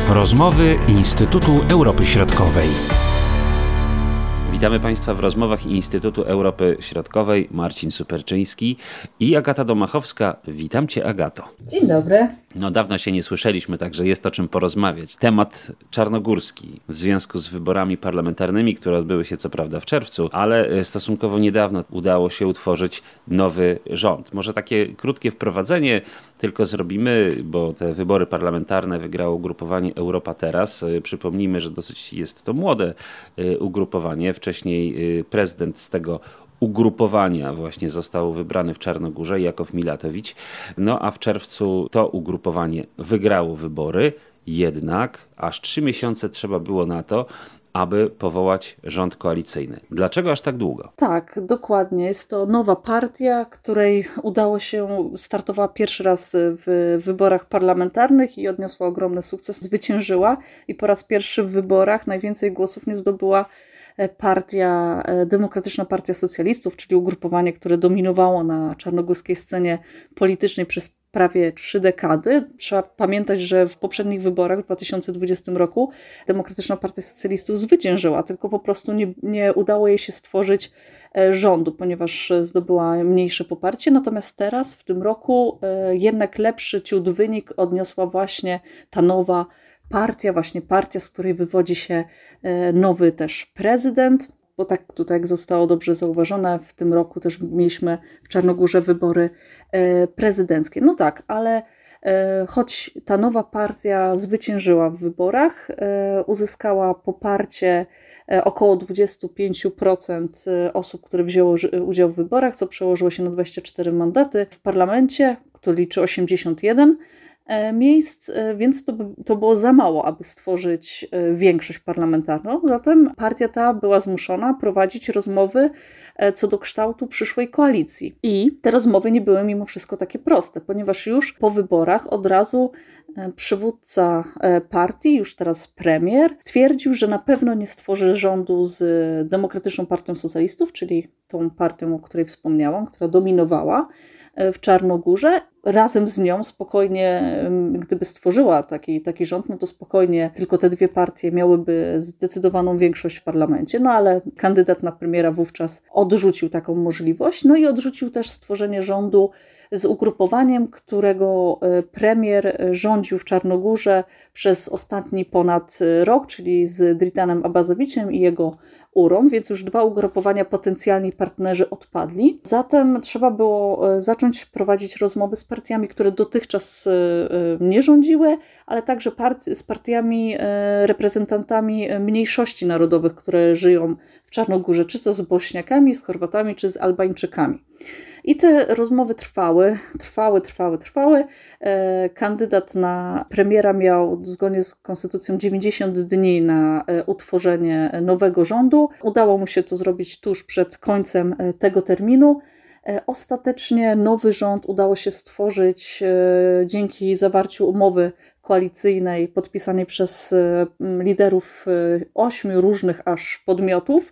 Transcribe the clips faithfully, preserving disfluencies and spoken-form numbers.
Rozmowy Instytutu Europy Środkowej. Witamy Państwa w rozmowach Instytutu Europy Środkowej. Marcin Superczyński i Agata Domachowska. Witam Cię, Agato. Dzień dobry. No dawno się nie słyszeliśmy, także jest o czym porozmawiać. Temat czarnogórski w związku z wyborami parlamentarnymi, które odbyły się co prawda w czerwcu, ale stosunkowo niedawno udało się utworzyć nowy rząd. Może takie krótkie wprowadzenie tylko zrobimy, bo te wybory parlamentarne wygrało ugrupowanie Europa Teraz. Przypomnijmy, że dosyć jest to młode ugrupowanie. Wcześniej prezydent z tego ugrupowania właśnie został wybrany w Czarnogórze, Jakow Milatowicz. No a w czerwcu to ugrupowanie wygrało wybory, jednak aż trzy miesiące trzeba było na to, aby powołać rząd koalicyjny. Dlaczego aż tak długo? Tak, dokładnie. Jest to nowa partia, której udało się, startowała pierwszy raz w wyborach parlamentarnych i odniosła ogromny sukces. Zwyciężyła i po raz pierwszy w wyborach najwięcej głosów nie zdobyła partia, Demokratyczna Partia Socjalistów, czyli ugrupowanie, które dominowało na czarnogórskiej scenie politycznej przez prawie trzy dekady. Trzeba pamiętać, że w poprzednich wyborach w dwa tysiące dwudziestym roku Demokratyczna Partia Socjalistów zwyciężyła, tylko po prostu nie, nie udało jej się stworzyć rządu, ponieważ zdobyła mniejsze poparcie. Natomiast teraz, w tym roku, jednak lepszy ciut wynik odniosła właśnie ta nowa partia, właśnie partia, z której wywodzi się nowy też prezydent, bo tak tutaj jak zostało dobrze zauważone, w tym roku też mieliśmy w Czarnogórze wybory prezydenckie. No tak, ale choć ta nowa partia zwyciężyła w wyborach, uzyskała poparcie około dwadzieścia pięć procent osób, które wzięło udział w wyborach, co przełożyło się na dwadzieścia cztery mandaty w parlamencie, który liczy osiemdziesiąt jeden miejsc, więc to, to było za mało, aby stworzyć większość parlamentarną. Zatem partia ta była zmuszona prowadzić rozmowy co do kształtu przyszłej koalicji. I te rozmowy nie były mimo wszystko takie proste, ponieważ już po wyborach od razu przywódca partii, już teraz premier, stwierdził, że na pewno nie stworzy rządu z Demokratyczną Partią Socjalistów, czyli tą partią, o której wspomniałam, która dominowała w Czarnogórze. Razem z nią spokojnie, gdyby stworzyła taki, taki rząd, no to spokojnie tylko te dwie partie miałyby zdecydowaną większość w parlamencie, no ale kandydat na premiera wówczas odrzucił taką możliwość, no i odrzucił też stworzenie rządu z ugrupowaniem, którego premier rządził w Czarnogórze przez ostatni ponad rok, czyli z Dritanem Abazowiciem i jego urą, więc już dwa ugrupowania, potencjalni partnerzy odpadli. Zatem trzeba było zacząć prowadzić rozmowy z partiami, które dotychczas nie rządziły, ale także partii, z partiami, reprezentantami mniejszości narodowych, które żyją w Czarnogórze, czy to z Bośniakami, z Chorwatami, czy z Albańczykami. I te rozmowy trwały, trwały, trwały, trwały. E, kandydat na premiera miał zgodnie z konstytucją dziewięćdziesiąt dni na e, utworzenie nowego rządu. Udało mu się to zrobić tuż przed końcem e, tego terminu. E, ostatecznie nowy rząd udało się stworzyć e, dzięki zawarciu umowy koalicyjnej podpisanej przez e, liderów e, ośmiu różnych aż podmiotów,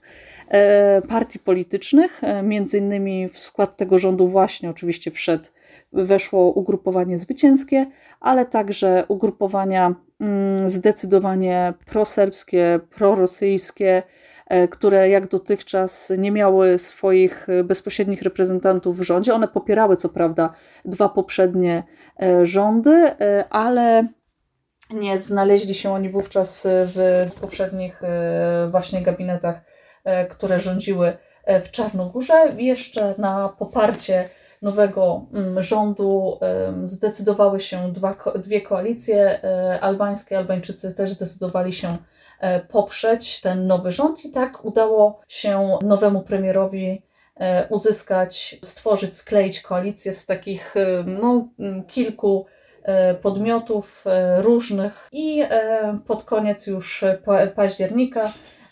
partii politycznych. Między innymi w skład tego rządu właśnie oczywiście wszedł, weszło ugrupowanie zwycięskie, ale także ugrupowania zdecydowanie proserbskie, prorosyjskie, które jak dotychczas nie miały swoich bezpośrednich reprezentantów w rządzie. One popierały co prawda dwa poprzednie rządy, ale nie znaleźli się oni wówczas w poprzednich właśnie gabinetach, które rządziły w Czarnogórze. Jeszcze na poparcie nowego rządu zdecydowały się dwa, dwie koalicje albańskie. Albańczycy też zdecydowali się poprzeć ten nowy rząd i tak udało się nowemu premierowi uzyskać, stworzyć, skleić koalicję z takich no, kilku podmiotów różnych i pod koniec już października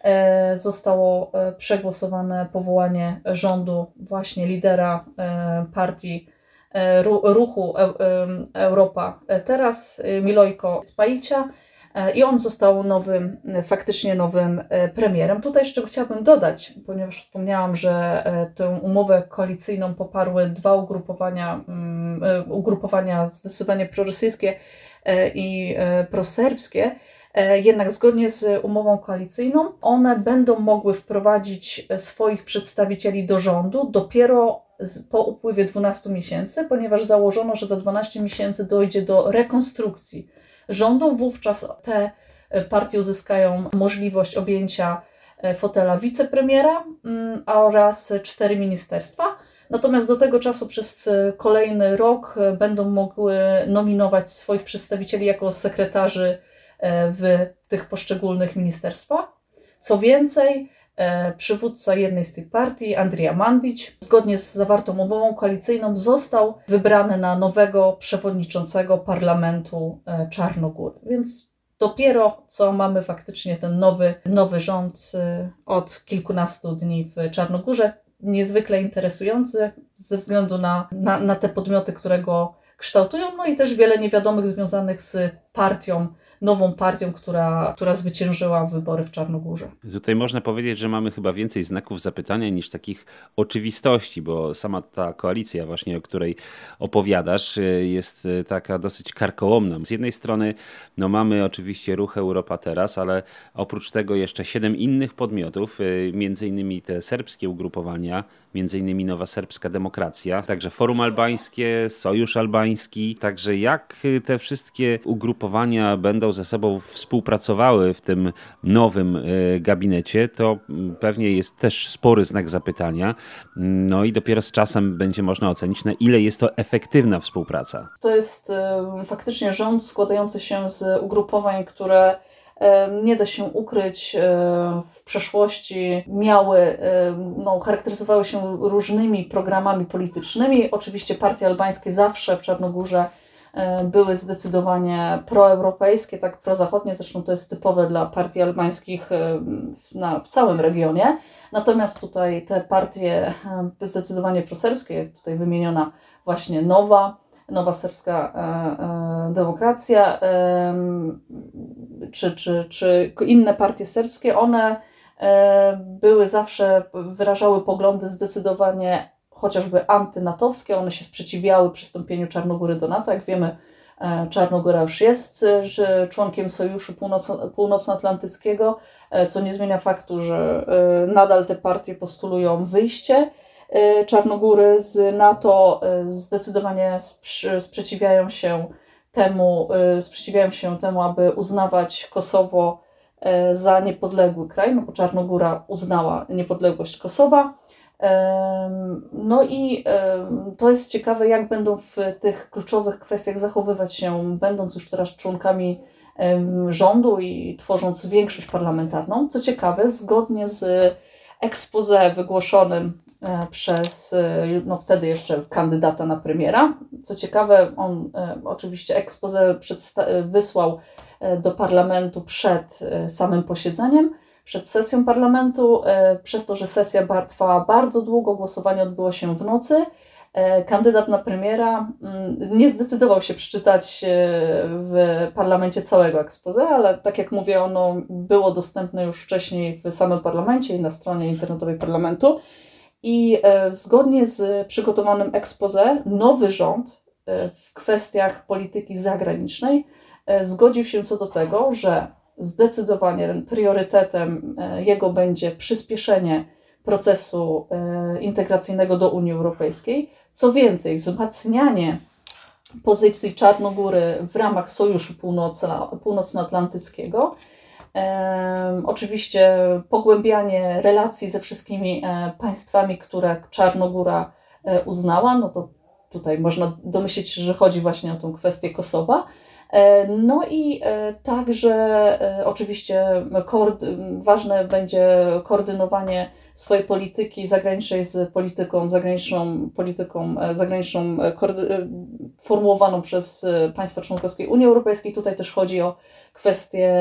zostało przegłosowane powołanie rządu właśnie lidera partii ruchu Europa Teraz, Milojko Spajicia, I on został nowym, faktycznie nowym premierem. Tutaj jeszcze chciałabym dodać, ponieważ wspomniałam, że tę umowę koalicyjną poparły dwa ugrupowania, ugrupowania zdecydowanie prorosyjskie i proserbskie. Jednak zgodnie z umową koalicyjną one będą mogły wprowadzić swoich przedstawicieli do rządu dopiero po upływie dwunastu miesięcy, ponieważ założono, że za dwanaście miesięcy dojdzie do rekonstrukcji rządu. Wówczas te partie uzyskają możliwość objęcia fotela wicepremiera oraz cztery ministerstwa. Natomiast do tego czasu przez kolejny rok będą mogły nominować swoich przedstawicieli jako sekretarzy w tych poszczególnych ministerstwach. Co więcej, przywódca jednej z tych partii, Andrija Mandić, zgodnie z zawartą umową koalicyjną został wybrany na nowego przewodniczącego parlamentu Czarnogóry. Więc dopiero co mamy faktycznie ten nowy, nowy rząd od kilkunastu dni w Czarnogórze. Niezwykle interesujący ze względu na, na, na te podmioty, które go kształtują, no i też wiele niewiadomych związanych z partią, nową partią, która, która zwyciężyła wybory w Czarnogórze. Tutaj można powiedzieć, że mamy chyba więcej znaków zapytania niż takich oczywistości, bo sama ta koalicja właśnie, o której opowiadasz, jest taka dosyć karkołomna. Z jednej strony no mamy oczywiście ruch Europa Teraz, ale oprócz tego jeszcze siedem innych podmiotów, między innymi te serbskie ugrupowania, między innymi Nowa Serbska Demokracja, także Forum Albańskie, Sojusz Albański. Także jak te wszystkie ugrupowania będą ze sobą współpracowały w tym nowym gabinecie, to pewnie jest też spory znak zapytania. No i dopiero z czasem będzie można ocenić, na ile jest to efektywna współpraca. To jest faktycznie rząd składający się z ugrupowań, które nie da się ukryć, w przeszłości miały, no, charakteryzowały się różnymi programami politycznymi. Oczywiście partie albańskie zawsze w Czarnogórze były zdecydowanie proeuropejskie, tak prozachodnie, zresztą to jest typowe dla partii albańskich na, w całym regionie. Natomiast tutaj te partie zdecydowanie proserbskie, tutaj wymieniona właśnie Nowa, Nowa Serbska e, e, Demokracja, e, czy, czy, czy inne partie serbskie, one e, były zawsze, wyrażały poglądy zdecydowanie chociażby antynatowskie, one się sprzeciwiały przystąpieniu Czarnogóry do NATO. Jak wiemy, e, Czarnogóra już jest że członkiem Sojuszu Północ- Północnoatlantyckiego, e, co nie zmienia faktu, że e, nadal te partie postulują wyjście Czarnogóry z NATO, zdecydowanie sprzeciwiają się temu, sprzeciwiają się temu, aby uznawać Kosowo za niepodległy kraj, no bo Czarnogóra uznała niepodległość Kosowa. No i to jest ciekawe, jak będą w tych kluczowych kwestiach zachowywać się, będąc już teraz członkami rządu i tworząc większość parlamentarną. Co ciekawe, zgodnie z exposé wygłoszonym przez, no wtedy jeszcze kandydata na premiera. Co ciekawe, on e, oczywiście exposé przedsta- wysłał do parlamentu przed samym posiedzeniem, przed sesją parlamentu. E, przez to, że sesja bar- trwała bardzo długo, głosowanie odbyło się w nocy, e, kandydat na premiera m, nie zdecydował się przeczytać e, w parlamencie całego exposé, ale tak jak mówię, ono było dostępne już wcześniej w samym parlamencie i na stronie internetowej parlamentu. I e, zgodnie z przygotowanym exposé nowy rząd e, w kwestiach polityki zagranicznej e, zgodził się co do tego, że zdecydowanie priorytetem e, jego będzie przyspieszenie procesu e, integracyjnego do Unii Europejskiej. Co więcej, wzmacnianie pozycji Czarnogóry w ramach Sojuszu Północno- Północnoatlantyckiego. E, oczywiście pogłębianie relacji ze wszystkimi e, państwami, które Czarnogóra e, uznała, no to tutaj można domyślić się, że chodzi właśnie o tę kwestię Kosowa. E, no i e, także e, oczywiście koord- ważne będzie koordynowanie swojej polityki zagranicznej z polityką zagraniczną, polityką zagraniczną koordy- formułowaną przez państwa członkowskie Unii Europejskiej. Tutaj też chodzi o kwestie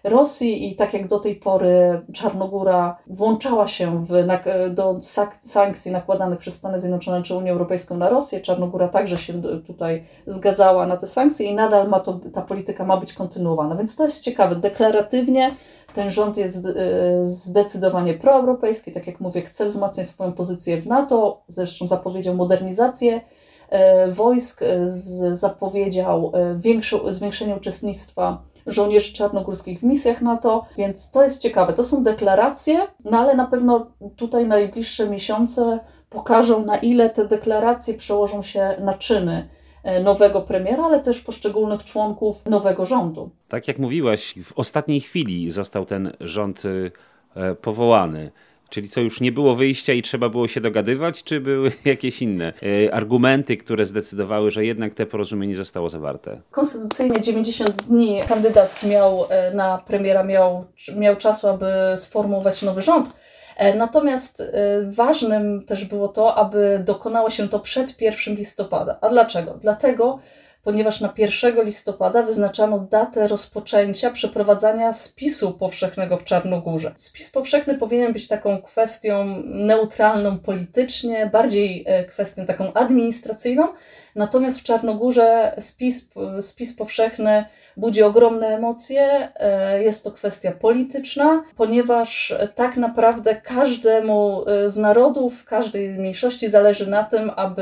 Rosji i tak jak do tej pory Czarnogóra włączała się w, do sankcji nakładanych przez Stany Zjednoczone czy Unię Europejską na Rosję, Czarnogóra także się tutaj zgadzała na te sankcje i nadal ma to, ta polityka ma być kontynuowana. Więc to jest ciekawe. Deklaratywnie ten rząd jest zdecydowanie proeuropejski, tak jak mówię, chce wzmacniać swoją pozycję w NATO, zresztą zapowiedział modernizację wojsk, zapowiedział większe, zwiększenie uczestnictwa żołnierzy czarnogórskich w misjach NATO, więc to jest ciekawe. To są deklaracje, no ale na pewno tutaj najbliższe miesiące pokażą, na ile te deklaracje przełożą się na czyny nowego premiera, ale też poszczególnych członków nowego rządu. Tak jak mówiłaś, w ostatniej chwili został ten rząd powołany. Czyli co, już nie było wyjścia i trzeba było się dogadywać, czy były jakieś inne y, argumenty, które zdecydowały, że jednak te porozumienie zostało zawarte? Konstytucyjnie dziewięćdziesiąt dni kandydat miał na premiera miał, miał czasu, aby sformułować nowy rząd. Natomiast y, ważnym też było to, aby dokonało się to przed pierwszym listopada. A dlaczego? Dlatego, ponieważ na pierwszego listopada wyznaczano datę rozpoczęcia przeprowadzania spisu powszechnego w Czarnogórze. Spis powszechny powinien być taką kwestią neutralną politycznie, bardziej kwestią taką administracyjną, natomiast w Czarnogórze spis, spis powszechny budzi ogromne emocje, jest to kwestia polityczna, ponieważ tak naprawdę każdemu z narodów, każdej mniejszości zależy na tym, aby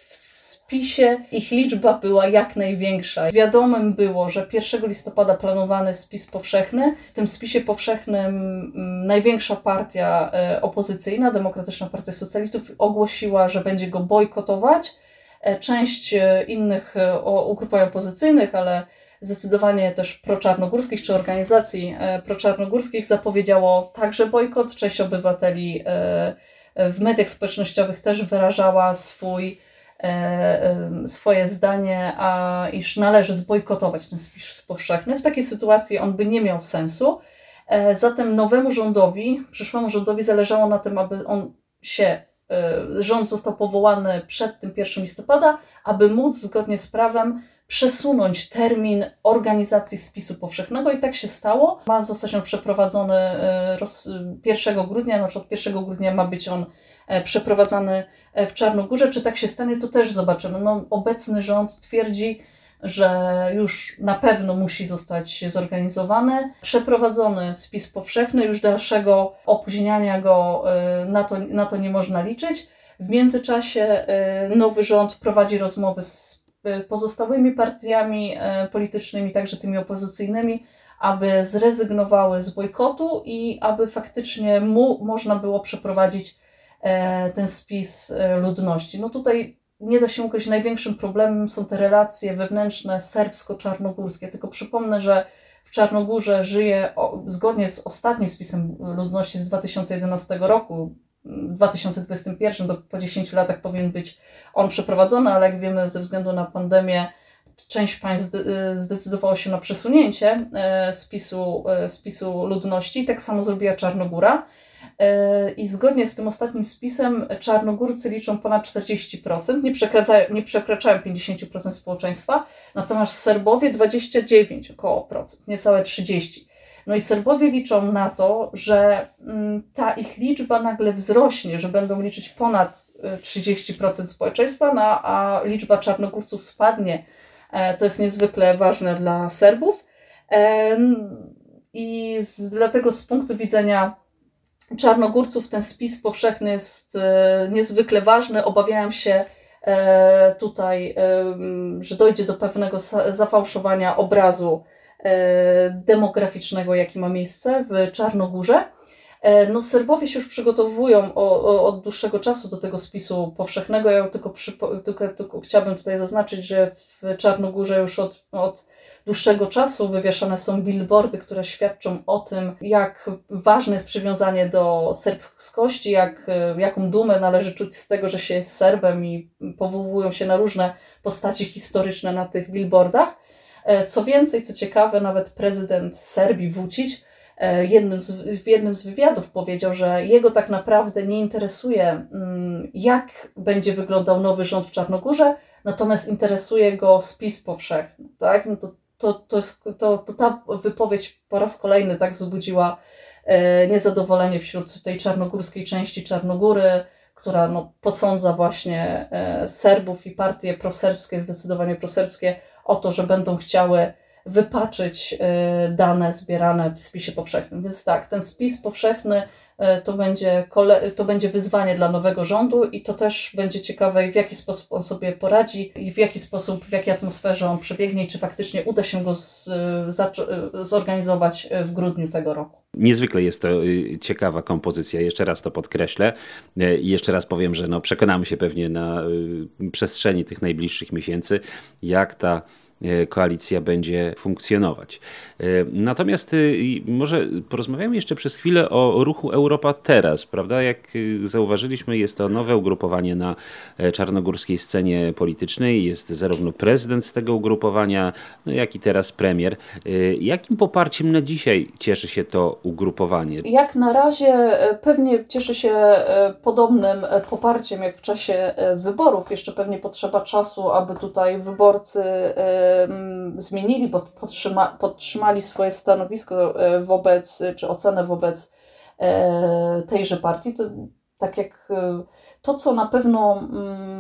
w spisie ich liczba była jak największa. Wiadomym było, że pierwszego listopada planowany spis powszechny. W tym spisie powszechnym największa partia opozycyjna, Demokratyczna Partia Socjalistów, ogłosiła, że będzie go bojkotować. Część innych ugrupowań opozycyjnych, ale zdecydowanie też proczarnogórskich czy organizacji proczarnogórskich zapowiedziało także bojkot. Część obywateli w mediach społecznościowych też wyrażała swój swoje zdanie, a iż należy zbojkotować ten spis powszechny. W takiej sytuacji on by nie miał sensu. Zatem nowemu rządowi, przyszłemu rządowi zależało na tym, aby on się, rząd został powołany przed tym pierwszym listopada, aby móc zgodnie z prawem przesunąć termin organizacji spisu powszechnego i tak się stało. Ma zostać on przeprowadzony pierwszego grudnia, na przykład od pierwszego grudnia ma być on przeprowadzany w Czarnogórze. Czy tak się stanie, to też zobaczymy. No, obecny rząd twierdzi, że już na pewno musi zostać zorganizowany, przeprowadzony spis powszechny, już dalszego opóźniania go na to, na to nie można liczyć. W międzyczasie nowy rząd prowadzi rozmowy z pozostałymi partiami politycznymi, także tymi opozycyjnymi, aby zrezygnowały z bojkotu i aby faktycznie mu można było przeprowadzić ten spis ludności. No tutaj nie da się ukryć, największym problemem są te relacje wewnętrzne serbsko-czarnogórskie. Tylko przypomnę, że w Czarnogórze żyje, zgodnie z ostatnim spisem ludności z dwa tysiące jedenastego roku, w dwa tysiące dwudziestym pierwszym, do, po dziesięciu latach powinien być on przeprowadzony, ale jak wiemy, ze względu na pandemię część państw zdecydowało się na przesunięcie spisu, spisu ludności. Tak samo zrobiła Czarnogóra. I zgodnie z tym ostatnim spisem Czarnogórcy liczą ponad czterdzieści procent, nie przekraczają, nie przekraczają pięćdziesiąt procent społeczeństwa, natomiast Serbowie dwadzieścia dziewięć około procent, niecałe trzydzieści procent. No i Serbowie liczą na to, że ta ich liczba nagle wzrośnie, że będą liczyć ponad trzydzieści procent społeczeństwa, no, a liczba Czarnogórców spadnie. To jest niezwykle ważne dla Serbów. I z, dlatego z punktu widzenia Czarnogórców ten spis powszechny jest e, niezwykle ważny. Obawiałem się e, tutaj, e, że dojdzie do pewnego zafałszowania obrazu e, demograficznego, jaki ma miejsce w Czarnogórze. E, no, Serbowie się już przygotowują o, o, od dłuższego czasu do tego spisu powszechnego. Ja tylko, przypo, tylko, tylko chciałabym tutaj zaznaczyć, że w Czarnogórze już od, od dłuższego czasu wywieszane są billboardy, które świadczą o tym, jak ważne jest przywiązanie do serbskości, jak, jaką dumę należy czuć z tego, że się jest Serbem, i powołują się na różne postaci historyczne na tych billboardach. Co więcej, co ciekawe, nawet prezydent Serbii Vučić jednym z, w jednym z wywiadów powiedział, że jego tak naprawdę nie interesuje, jak będzie wyglądał nowy rząd w Czarnogórze, natomiast interesuje go spis powszechny. Tak? No to to, to, jest, to, to ta wypowiedź po raz kolejny tak wzbudziła e, niezadowolenie wśród tej czarnogórskiej części Czarnogóry, która no, posądza właśnie e, Serbów i partie proserbskie, zdecydowanie proserbskie, o to, że będą chciały wypaczyć e, dane zbierane w spisie powszechnym. Więc tak, ten spis powszechny e, to będzie, kole- to będzie wyzwanie dla nowego rządu i to też będzie ciekawe, w jaki sposób on sobie poradzi i w jaki sposób, w jakiej atmosferze on przebiegnie i czy faktycznie uda się go z, zac- zorganizować w grudniu tego roku. Niezwykle jest to ciekawa kompozycja, jeszcze raz to podkreślę i jeszcze raz powiem, że no przekonamy się pewnie na przestrzeni tych najbliższych miesięcy, jak ta koalicja będzie funkcjonować. Natomiast może porozmawiamy jeszcze przez chwilę o ruchu Europa Teraz, prawda? Jak zauważyliśmy, jest to nowe ugrupowanie na czarnogórskiej scenie politycznej. Jest zarówno prezydent z tego ugrupowania, no jak i teraz premier. Jakim poparciem na dzisiaj cieszy się to ugrupowanie? Jak na razie pewnie cieszy się podobnym poparciem jak w czasie wyborów. Jeszcze pewnie potrzeba czasu, aby tutaj wyborcy zmienili, bo podtrzyma, podtrzymali swoje stanowisko wobec, czy ocenę wobec tejże partii. To, tak jak to, co na pewno,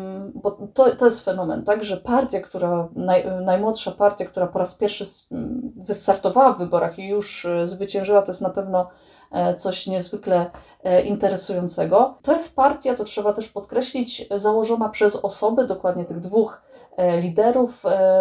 bo to, to jest fenomen, tak, że partia, która, naj, najmłodsza partia, która po raz pierwszy wystartowała w wyborach i już zwyciężyła, to jest na pewno coś niezwykle interesującego. To jest partia, to trzeba też podkreślić, założona przez osoby, dokładnie tych dwóch liderów,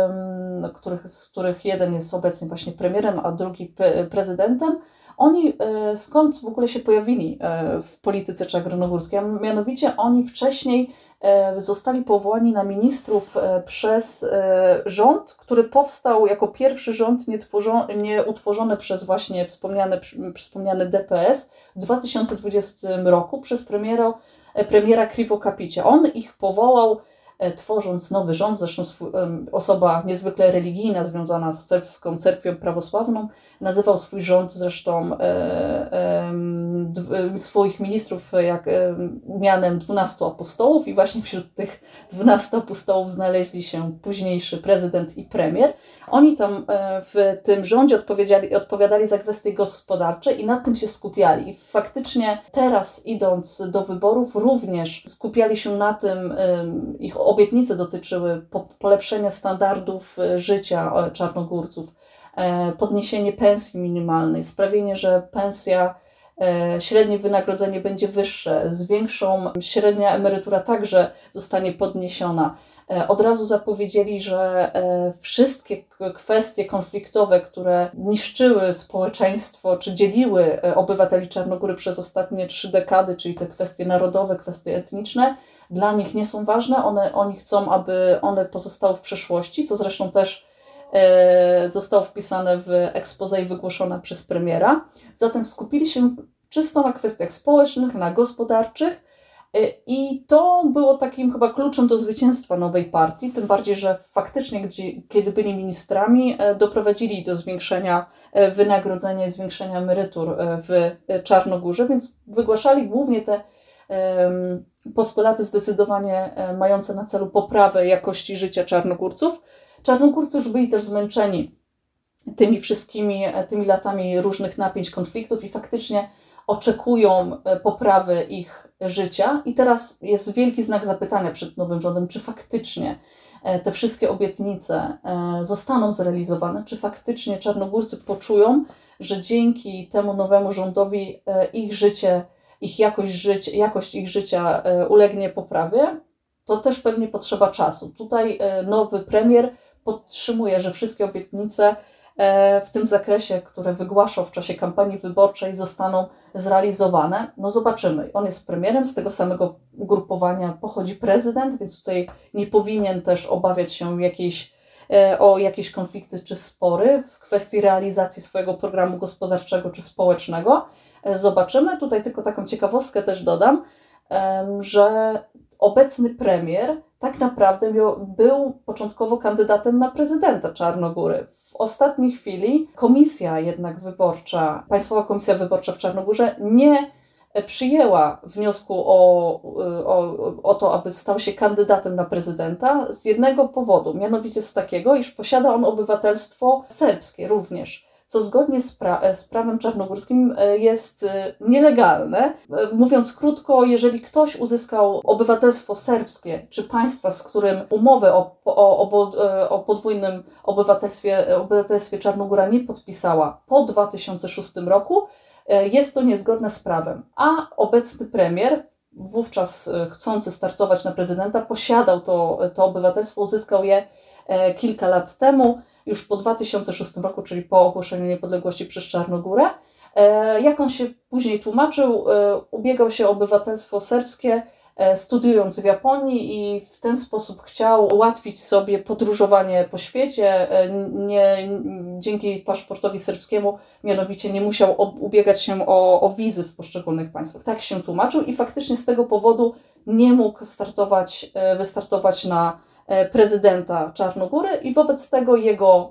których, z których jeden jest obecnie właśnie premierem, a drugi prezydentem. Oni skąd w ogóle się pojawili w polityce czarnogórskiej? Mianowicie oni wcześniej zostali powołani na ministrów przez rząd, który powstał jako pierwszy rząd nieutworzony przez właśnie wspomniany, wspomniany D P S w dwa tysiące dwudziestym roku przez premiera, premiera Krivokapicia. On ich powołał, tworząc nowy rząd, zresztą swój, osoba niezwykle religijna, związana z serbską cerkwią prawosławną, nazywał swój rząd zresztą e, e, d, swoich ministrów jak e, mianem dwunastu apostołów i właśnie wśród tych dwunastu apostołów znaleźli się późniejszy prezydent i premier. Oni tam e, w tym rządzie odpowiedziali, odpowiadali za kwestie gospodarcze i nad tym się skupiali. I faktycznie teraz, idąc do wyborów, również skupiali się na tym, e, ich obietnice dotyczyły po, polepszenia standardów życia Czarnogórców, e, podniesienie pensji minimalnej, sprawienie, że pensja, e, średnie wynagrodzenie będzie wyższe, z większą średnia emerytura także zostanie podniesiona. Od razu zapowiedzieli, że wszystkie kwestie konfliktowe, które niszczyły społeczeństwo, czy dzieliły obywateli Czarnogóry przez ostatnie trzy dekady, czyli te kwestie narodowe, kwestie etniczne, dla nich nie są ważne. One, oni chcą, aby one pozostały w przeszłości, co zresztą też zostało wpisane w exposé i wygłoszone przez premiera. Zatem skupili się czysto na kwestiach społecznych, na gospodarczych, i to było takim chyba kluczem do zwycięstwa nowej partii, tym bardziej, że faktycznie, gdzie, kiedy byli ministrami, doprowadzili do zwiększenia wynagrodzenia i zwiększenia emerytur w Czarnogórze, więc wygłaszali głównie te postulaty zdecydowanie mające na celu poprawę jakości życia Czarnogórców. Czarnogórcy już byli też zmęczeni tymi wszystkimi, tymi latami różnych napięć, konfliktów i faktycznie oczekują poprawy ich życia. I teraz jest wielki znak zapytania przed nowym rządem, czy faktycznie te wszystkie obietnice zostaną zrealizowane, czy faktycznie Czarnogórcy poczują, że dzięki temu nowemu rządowi ich życie, ich jakość, życia, jakość ich życia ulegnie poprawie. To też pewnie potrzeba czasu. Tutaj nowy premier podtrzymuje, że wszystkie obietnice w tym zakresie, które wygłaszał w czasie kampanii wyborczej, zostaną zrealizowane. No zobaczymy. On jest premierem, z tego samego ugrupowania pochodzi prezydent, więc tutaj nie powinien też obawiać się jakiejś, o jakieś konflikty czy spory w kwestii realizacji swojego programu gospodarczego czy społecznego. Zobaczymy. Tutaj tylko taką ciekawostkę też dodam, że obecny premier tak naprawdę był początkowo kandydatem na prezydenta Czarnogóry. W ostatniej chwili komisja jednak wyborcza, Państwowa Komisja Wyborcza w Czarnogórze nie przyjęła wniosku o, o, o to, aby stał się kandydatem na prezydenta z jednego powodu, mianowicie z takiego, iż posiada on obywatelstwo serbskie również, co zgodnie z, pra- z prawem czarnogórskim jest nielegalne. Mówiąc krótko, jeżeli ktoś uzyskał obywatelstwo serbskie, czy państwa, z którym umowę o, o, o, o podwójnym obywatelstwie, obywatelstwie Czarnogóra nie podpisała po dwa tysiące szóstym roku, jest to niezgodne z prawem. A obecny premier, wówczas chcący startować na prezydenta, posiadał to, to obywatelstwo, uzyskał je kilka lat temu, już po dwa tysiące szóstym roku, czyli po ogłoszeniu niepodległości przez Czarnogórę. Jak on się później tłumaczył, ubiegał się o obywatelstwo serbskie, studiując w Japonii i w ten sposób chciał ułatwić sobie podróżowanie po świecie. Nie, dzięki paszportowi serbskiemu mianowicie nie musiał ubiegać się o, o wizy w poszczególnych państwach. Tak się tłumaczył i faktycznie z tego powodu nie mógł startować, wystartować na prezydenta Czarnogóry i wobec tego jego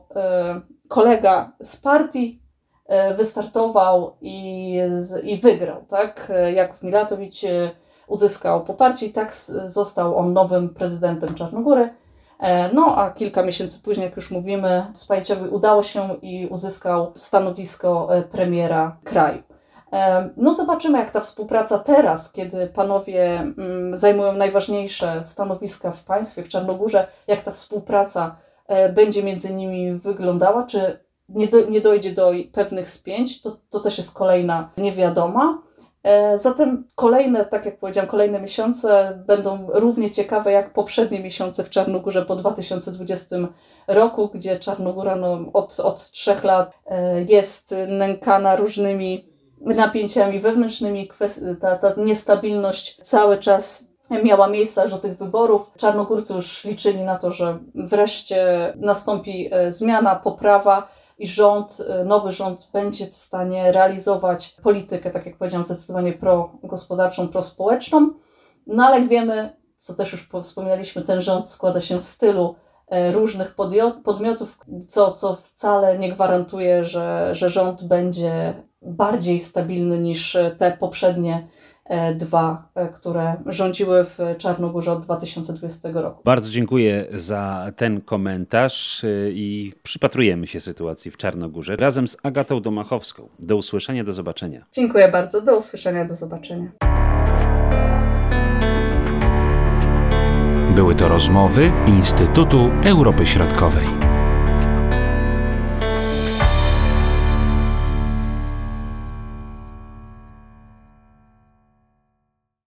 kolega z partii wystartował i, i wygrał. Tak? Jakub Milatowicz uzyskał poparcie i tak został on nowym prezydentem Czarnogóry. No a kilka miesięcy później, jak już mówimy, Spajciowi udało się i uzyskał stanowisko premiera kraju. No zobaczymy, jak ta współpraca teraz, kiedy panowie mm, zajmują najważniejsze stanowiska w państwie, w Czarnogórze, jak ta współpraca e, będzie między nimi wyglądała, czy nie, do, nie dojdzie do pewnych spięć, to, to też jest kolejna niewiadoma. E, zatem kolejne, tak jak powiedziałam, kolejne miesiące będą równie ciekawe jak poprzednie miesiące w Czarnogórze po dwa tysiące dwudziestym roku, gdzie Czarnogóra no, od, od trzech lat e, jest nękana różnymi napięciami wewnętrznymi, ta, ta niestabilność cały czas miała miejsce aż do tych wyborów. Czarnogórcy już liczyli na to, że wreszcie nastąpi zmiana, poprawa i rząd, nowy rząd będzie w stanie realizować politykę, tak jak powiedziałam, zdecydowanie progospodarczą, prospołeczną. No ale jak wiemy, co też już wspominaliśmy, ten rząd składa się z tylu różnych podmiotów, co, co wcale nie gwarantuje, że, że rząd będzie bardziej stabilny niż te poprzednie dwa, które rządziły w Czarnogórze od dwa tysiące dwudziestego roku. Bardzo dziękuję za ten komentarz i przypatrujemy się sytuacji w Czarnogórze razem z Agatą Domachowską. Do usłyszenia, do zobaczenia. Dziękuję bardzo, do usłyszenia, do zobaczenia. Były to rozmowy Instytutu Europy Środkowej.